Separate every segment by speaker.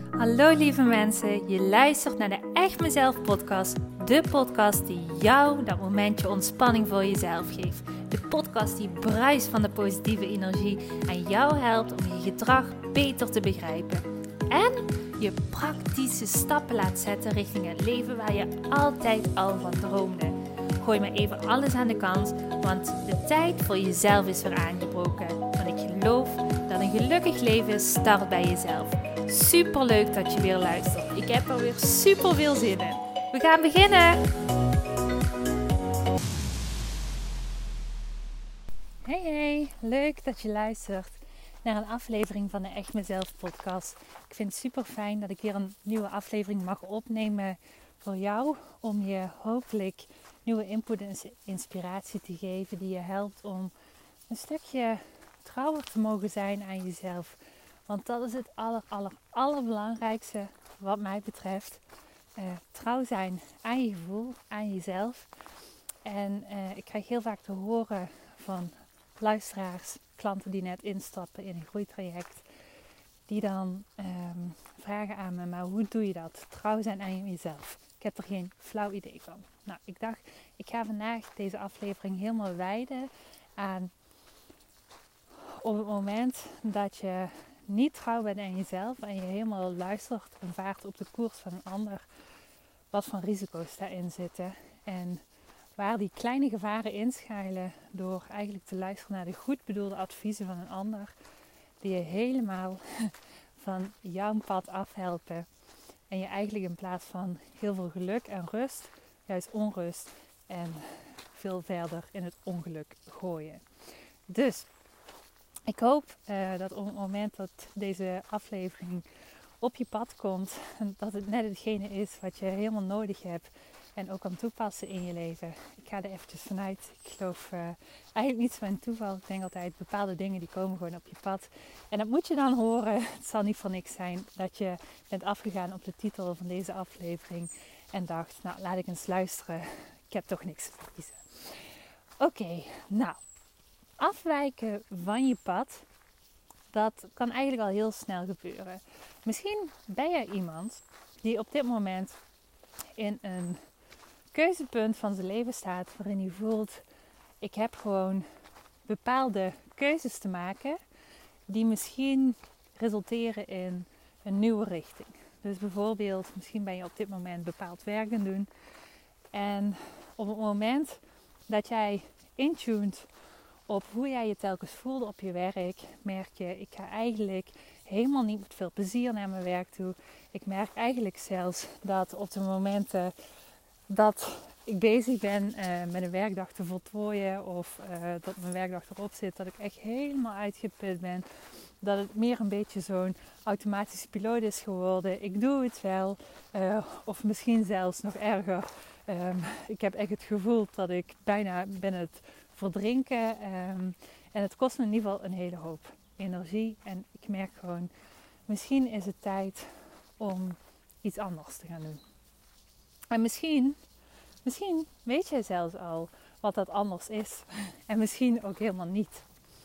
Speaker 1: Hallo lieve mensen, je luistert naar de Echt Mezelf podcast. De podcast die jou dat momentje ontspanning voor jezelf geeft. De podcast die bruist van de positieve energie en jou helpt om je gedrag beter te begrijpen. En je praktische stappen laat zetten richting het leven waar je altijd al van droomde. Gooi maar even alles aan de kant, want de tijd voor jezelf is weer aangebroken. Want ik geloof dat een gelukkig leven start bij jezelf. Super leuk dat je weer luistert. Ik heb er weer super veel zin in. We gaan beginnen! Hey, leuk dat je luistert naar een aflevering van de Echt Mezelf podcast. Ik vind het super fijn dat ik weer een nieuwe aflevering mag opnemen voor jou. Om je hopelijk nieuwe input en inspiratie te geven die je helpt om een stukje trouwer te mogen zijn aan jezelf. Want dat is het allerbelangrijkste wat mij betreft. Trouw zijn aan je gevoel, aan jezelf. En ik krijg heel vaak te horen van luisteraars, klanten die net instappen in een groeitraject. Die dan vragen aan me, maar hoe doe je dat? Trouw zijn aan jezelf. Ik heb er geen flauw idee van. Nou, ik dacht, ik ga vandaag deze aflevering helemaal wijden aan op het moment dat je niet trouw bent aan jezelf en je helemaal luistert en vaart op de koers van een ander, wat voor risico's daarin zitten en waar die kleine gevaren inschuilen door eigenlijk te luisteren naar de goed bedoelde adviezen van een ander, die je helemaal van jouw pad afhelpen en je eigenlijk in plaats van heel veel geluk en rust, juist onrust en veel verder in het ongeluk gooien. Dus ik hoop dat op het moment dat deze aflevering op je pad komt, dat het net hetgene is wat je helemaal nodig hebt en ook kan toepassen in je leven. Ik ga er eventjes vanuit. Ik geloof eigenlijk niet van een toeval. Ik denk altijd bepaalde dingen die komen gewoon op je pad. En dat moet je dan horen. Het zal niet voor niks zijn dat je bent afgegaan op de titel van deze aflevering en dacht, nou laat ik eens luisteren. Ik heb toch niks te verliezen. Oké, nou. Afwijken van je pad, dat kan eigenlijk al heel snel gebeuren. Misschien ben jij iemand die op dit moment in een keuzepunt van zijn leven staat waarin hij voelt, ik heb gewoon bepaalde keuzes te maken die misschien resulteren in een nieuwe richting. Dus bijvoorbeeld, misschien ben je op dit moment bepaald werk aan het doen en op het moment dat jij intuned op hoe jij je telkens voelde op je werk, merk je, ik ga eigenlijk helemaal niet met veel plezier naar mijn werk toe. Ik merk eigenlijk zelfs dat op de momenten dat ik bezig ben met een werkdag te voltooien of dat mijn werkdag erop zit, dat ik echt helemaal uitgeput ben. Dat het meer een beetje zo'n automatische piloot is geworden. Ik doe het wel, of misschien zelfs nog erger. Ik heb echt het gevoel dat ik bijna ben het verdrinken. En het kost me in ieder geval een hele hoop energie. En ik merk gewoon, misschien is het tijd om iets anders te gaan doen. En misschien weet jij zelfs al wat dat anders is. En misschien ook helemaal niet.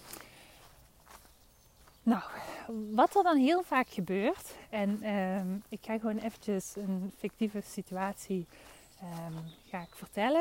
Speaker 1: Nou, wat er dan heel vaak gebeurt. En ik ga gewoon eventjes een fictieve situatie ga ik vertellen.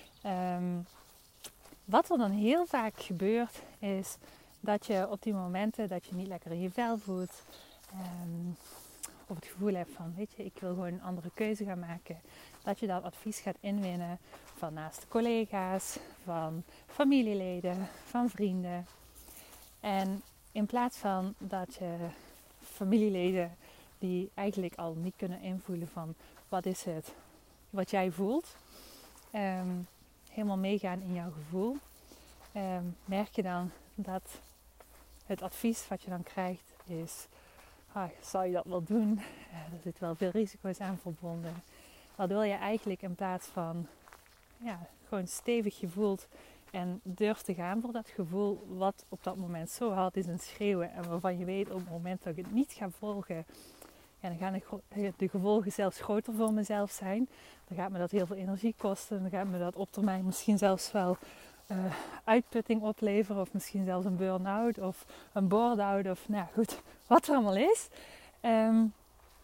Speaker 1: Wat er dan heel vaak gebeurt is dat je op die momenten dat je niet lekker in je vel voelt. Of het gevoel hebt van, weet je, ik wil gewoon een andere keuze gaan maken. Dat je dat advies gaat inwinnen van naaste collega's, van familieleden, van vrienden. En in plaats van dat je familieleden die eigenlijk al niet kunnen invoelen van wat is het wat jij voelt, helemaal meegaan in jouw gevoel, merk je dan dat het advies wat je dan krijgt is, zou je dat wel doen? Er zitten wel veel risico's aan verbonden. Waardoor je eigenlijk in plaats van gewoon stevig gevoeld en durft te gaan voor dat gevoel wat op dat moment zo hard is en schreeuwen en waarvan je weet op het moment dat ik het niet ga volgen, dan gaan de gevolgen zelfs groter voor mezelf zijn. Dan gaat me dat heel veel energie kosten. Dan gaat me dat op termijn misschien zelfs wel uitputting opleveren. Of misschien zelfs een burn-out of een board-out. Of nou goed, wat er allemaal is.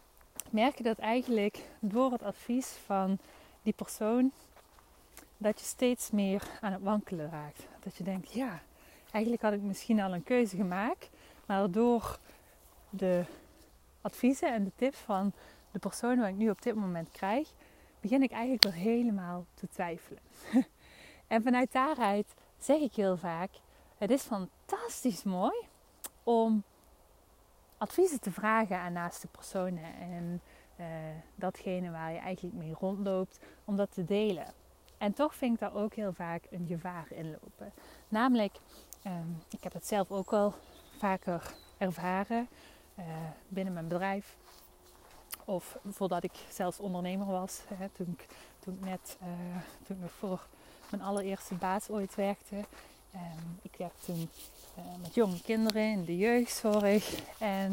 Speaker 1: merk je dat eigenlijk door het advies van die persoon, dat je steeds meer aan het wankelen raakt. Dat je denkt, ja, eigenlijk had ik misschien al een keuze gemaakt, maar door de adviezen en de tips van de persoon waar ik nu op dit moment krijg, begin ik eigenlijk weer helemaal te twijfelen. En vanuit daaruit zeg ik heel vaak, het is fantastisch mooi om adviezen te vragen aan naaste personen en datgene waar je eigenlijk mee rondloopt, om dat te delen. En toch vind ik daar ook heel vaak een gevaar in lopen. Namelijk, ik heb het zelf ook al vaker ervaren binnen mijn bedrijf. Of voordat ik zelfs ondernemer was. Toen ik nog voor mijn allereerste baas ooit werkte. Ik werkte toen met jonge kinderen in de jeugdzorg. En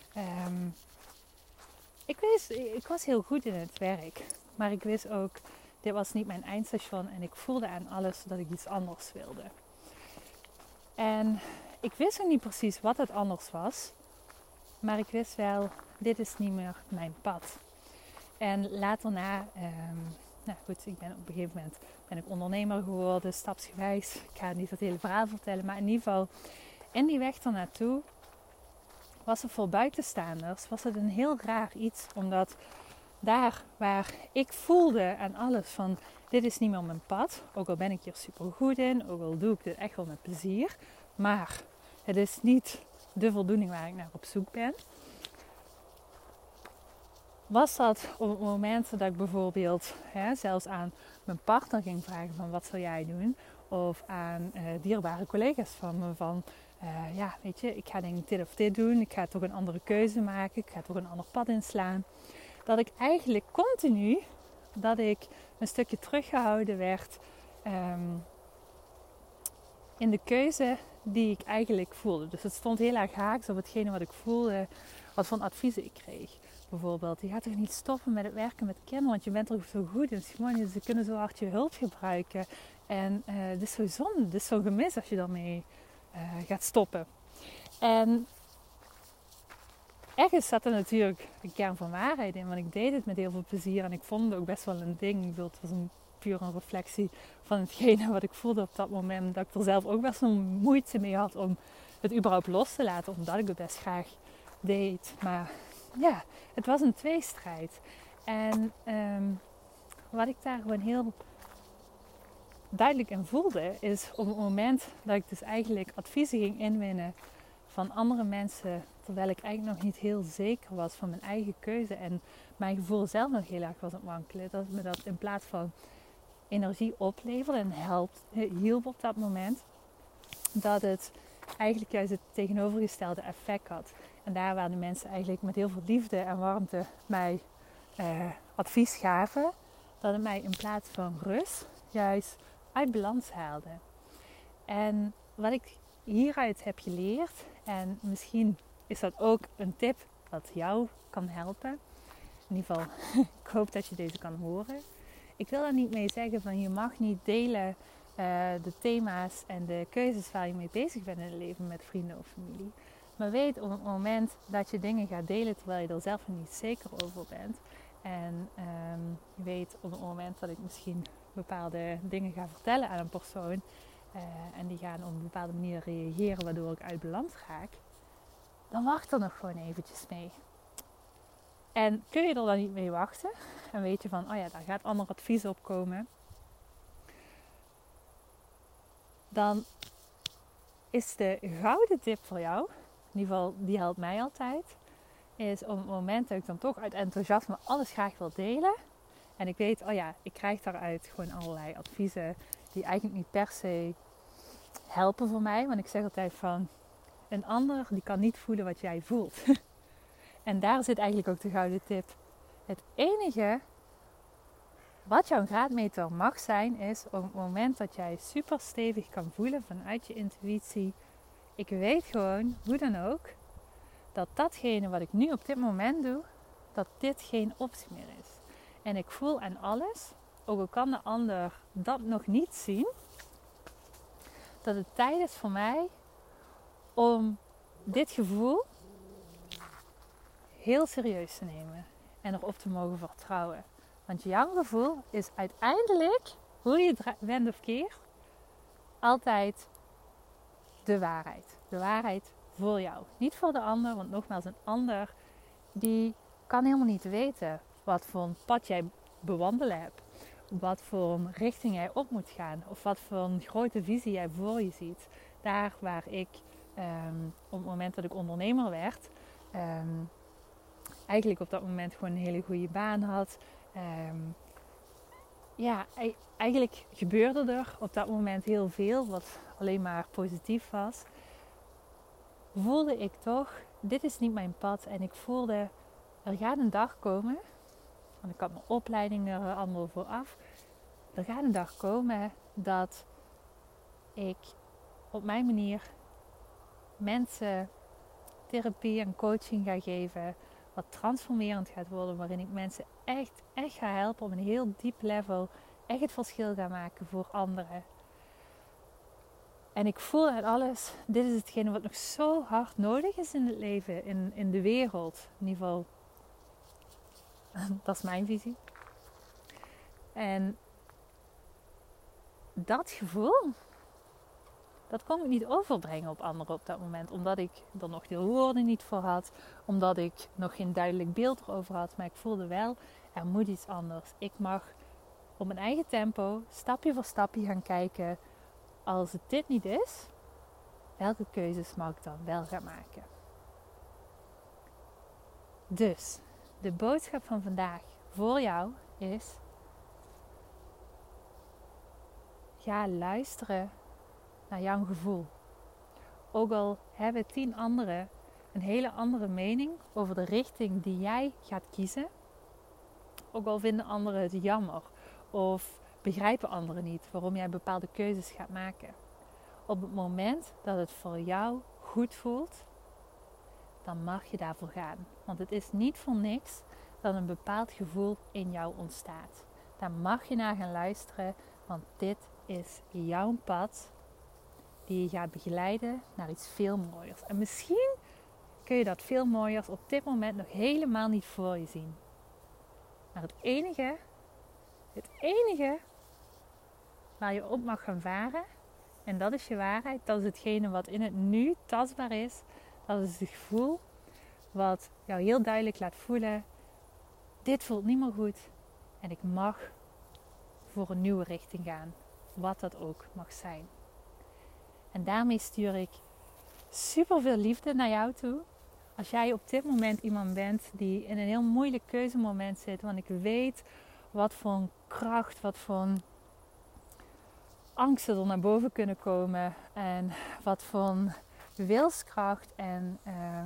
Speaker 1: ik was heel goed in het werk. Maar ik wist ook, dit was niet mijn eindstation. En ik voelde aan alles dat ik iets anders wilde. En ik wist ook niet precies wat het anders was. Maar ik wist wel, dit is niet meer mijn pad. En later ik ben op een gegeven moment ondernemer geworden, stapsgewijs. Ik ga niet het hele verhaal vertellen, maar in ieder geval in die weg ernaartoe was het voor buitenstaanders een heel raar iets. Omdat daar waar ik voelde aan alles van, dit is niet meer mijn pad. Ook al ben ik hier super goed in, ook al doe ik dit echt wel met plezier. Maar het is niet de voldoening waar ik naar op zoek ben. Was dat op het moment dat ik bijvoorbeeld zelfs aan mijn partner ging vragen van wat zal jij doen? Of aan dierbare collega's van me van weet je, ik ga denk ik dit of dit doen. Ik ga toch een andere keuze maken. Ik ga toch een ander pad inslaan. Dat ik eigenlijk continu, dat ik een stukje teruggehouden werd in de keuze die ik eigenlijk voelde. Dus het stond heel erg haaks op hetgene wat ik voelde, wat voor adviezen ik kreeg. Bijvoorbeeld, je gaat toch niet stoppen met het werken met kinderen, want je bent er zo goed in. Simone, ze kunnen zo hard je hulp gebruiken. En het is zo zonde, het is zo gemis als je daarmee gaat stoppen. En ergens zat er natuurlijk een kern van waarheid in, want ik deed het met heel veel plezier. En ik vond het ook best wel een ding. Ik bedoel, het was puur een reflectie van hetgene wat ik voelde op dat moment. Dat ik er zelf ook best wel moeite mee had om het überhaupt los te laten, omdat ik het best graag deed. Maar ja, het was een tweestrijd. En wat ik daar gewoon heel duidelijk in voelde, is op het moment dat ik dus eigenlijk adviezen ging inwinnen van andere mensen, terwijl ik eigenlijk nog niet heel zeker was van mijn eigen keuze en mijn gevoel zelf nog heel erg was aan het wankelen, dat me dat in plaats van energie opleverde en hielp op dat moment, dat het eigenlijk juist het tegenovergestelde effect had. En daar waar de mensen eigenlijk met heel veel liefde en warmte mij advies gaven, dat het mij in plaats van rust juist uit balans haalde. En wat ik hieruit heb geleerd, en misschien is dat ook een tip dat jou kan helpen. In ieder geval, ik hoop dat je deze kan horen. Ik wil daar niet mee zeggen van je mag niet delen de thema's en de keuzes waar je mee bezig bent in het leven met vrienden of familie. Maar weet op het moment dat je dingen gaat delen terwijl je er zelf nog niet zeker over bent. En je weet op het moment dat ik misschien bepaalde dingen ga vertellen aan een persoon. En die gaan op een bepaalde manier reageren waardoor ik uit balans raak. Dan wacht er nog gewoon eventjes mee. En kun je er dan niet mee wachten? En weet je van, oh ja, daar gaat ander advies op komen. Dan is de gouden tip voor jou, in ieder geval die helpt mij altijd, is op het moment dat ik dan toch uit enthousiasme alles graag wil delen. En ik weet, oh ja, ik krijg daaruit gewoon allerlei adviezen die eigenlijk niet per se helpen voor mij. Want ik zeg altijd van, een ander die kan niet voelen wat jij voelt. En daar zit eigenlijk ook de gouden tip. Het enige wat jouw graadmeter mag zijn, is op het moment dat jij super stevig kan voelen vanuit je intuïtie. Ik weet gewoon, hoe dan ook, dat datgene wat ik nu op dit moment doe, dat dit geen optie meer is. En ik voel aan alles, ook al kan de ander dat nog niet zien, dat het tijd is voor mij om dit gevoel heel serieus te nemen. en erop te mogen vertrouwen. Want jouw gevoel is uiteindelijk, hoe je het went of keert, altijd de waarheid. De waarheid voor jou. Niet voor de ander, want nogmaals, een ander die kan helemaal niet weten wat voor een pad jij bewandelen hebt. Wat voor een richting jij op moet gaan. Of wat voor een grote visie jij voor je ziet. Daar waar ik op het moment dat ik ondernemer werd, eigenlijk op dat moment gewoon een hele goede baan had. Eigenlijk gebeurde er op dat moment heel veel wat alleen maar positief was. Voelde ik toch, dit is niet mijn pad. En ik voelde, er gaat een dag komen, want ik had mijn opleiding er allemaal voor af. Er gaat een dag komen dat ik op mijn manier mensen therapie en coaching ga geven. Wat transformerend gaat worden, waarin ik mensen echt ga helpen op een heel diep level. Echt het verschil ga maken voor anderen. En ik voel uit alles, dit is hetgene wat nog zo hard nodig is in het leven, in de wereld. In ieder geval, dat is mijn visie. En dat gevoel, dat kon ik niet overbrengen op anderen op dat moment. Omdat ik er nog de woorden niet voor had. Omdat ik nog geen duidelijk beeld erover had. Maar ik voelde wel, er moet iets anders. Ik mag op mijn eigen tempo, stapje voor stapje gaan kijken. Als het dit niet is, welke keuzes mag ik dan wel gaan maken? Dus, de boodschap van vandaag voor jou is: ga luisteren naar jouw gevoel. Ook al hebben 10 anderen een hele andere mening over de richting die jij gaat kiezen. Ook al vinden anderen het jammer of begrijpen anderen niet waarom jij bepaalde keuzes gaat maken. Op het moment dat het voor jou goed voelt, dan mag je daarvoor gaan. Want het is niet voor niks dat een bepaald gevoel in jou ontstaat. Daar mag je naar gaan luisteren, want dit is jouw pad die je gaat begeleiden naar iets veel mooiers. En misschien kun je dat veel mooiers op dit moment nog helemaal niet voor je zien. Maar het enige waar je op mag gaan varen, en dat is je waarheid, dat is hetgene wat in het nu tastbaar is. Dat is het gevoel wat jou heel duidelijk laat voelen: dit voelt niet meer goed en ik mag voor een nieuwe richting gaan. Wat dat ook mag zijn. En daarmee stuur ik super veel liefde naar jou toe. Als jij op dit moment iemand bent die in een heel moeilijk keuzemoment zit. Want ik weet wat voor een kracht, wat voor een angsten er naar boven kunnen komen. En wat voor een wilskracht en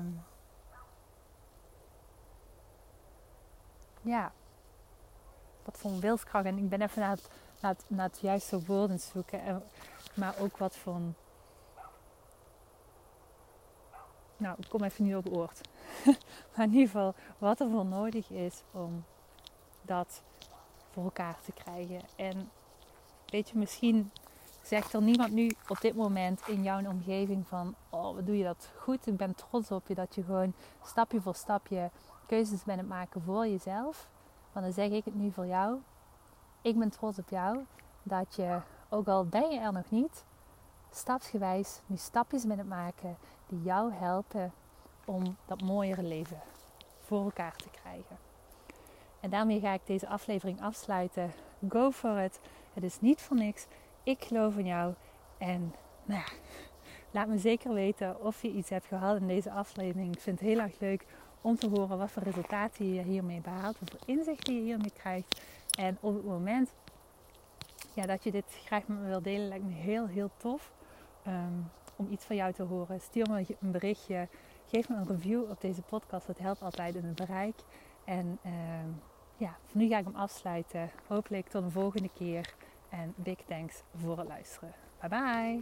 Speaker 1: wat voor een wilskracht. En ik ben even naar het juiste woorden zoeken. Maar ook wat voor een... Nou, ik kom even niet op het woord. Maar in ieder geval, wat er voor nodig is om dat voor elkaar te krijgen. En weet je, misschien zegt er niemand nu op dit moment in jouw omgeving van: oh, wat doe je dat goed, ik ben trots op je. Dat je gewoon stapje voor stapje keuzes bent aan het maken voor jezelf. Want dan zeg ik het nu voor jou. Ik ben trots op jou. Dat je, ook al ben je er nog niet, stapsgewijs nu stapjes bent aan het maken die jou helpen om dat mooiere leven voor elkaar te krijgen. En daarmee ga ik deze aflevering afsluiten. Go for it. Het is niet voor niks. Ik geloof in jou. En nou ja, laat me zeker weten of je iets hebt gehad in deze aflevering. Ik vind het heel erg leuk om te horen wat voor resultaten je hiermee behaalt. Wat voor inzichten je hiermee krijgt. En op het moment dat je dit graag met me wil delen, lijkt me heel, heel tof. Om iets van jou te horen. Stuur me een berichtje. Geef me een review op deze podcast. Dat helpt altijd in het bereik. En voor nu ga ik hem afsluiten. Hopelijk tot een volgende keer. En big thanks voor het luisteren. Bye bye.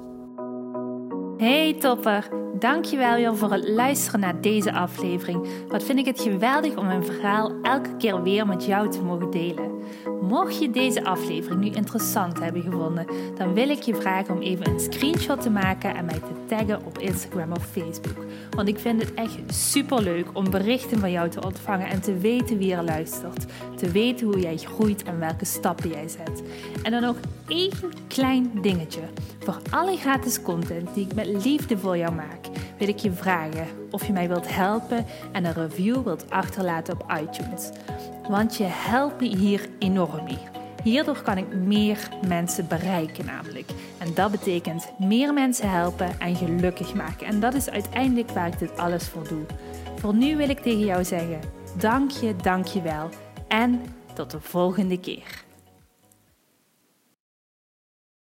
Speaker 1: Hey topper. Dankjewel weer voor het luisteren naar deze aflevering. Wat vind ik het geweldig om mijn verhaal elke keer weer met jou te mogen delen. Mocht je deze aflevering nu interessant hebben gevonden, dan wil ik je vragen om even een screenshot te maken en mij te taggen op Instagram of Facebook. Want ik vind het echt superleuk om berichten van jou te ontvangen en te weten wie er luistert. Te weten hoe jij groeit en welke stappen jij zet. En dan nog één klein dingetje. Voor alle gratis content die ik met liefde voor jou maak, wil ik je vragen of je mij wilt helpen en een review wilt achterlaten op iTunes. Want je helpt me hier enorm mee. Hierdoor kan ik meer mensen bereiken namelijk. En dat betekent meer mensen helpen en gelukkig maken. En dat is uiteindelijk waar ik dit alles voor doe. Voor nu wil ik tegen jou zeggen, dank je wel. En tot de volgende keer.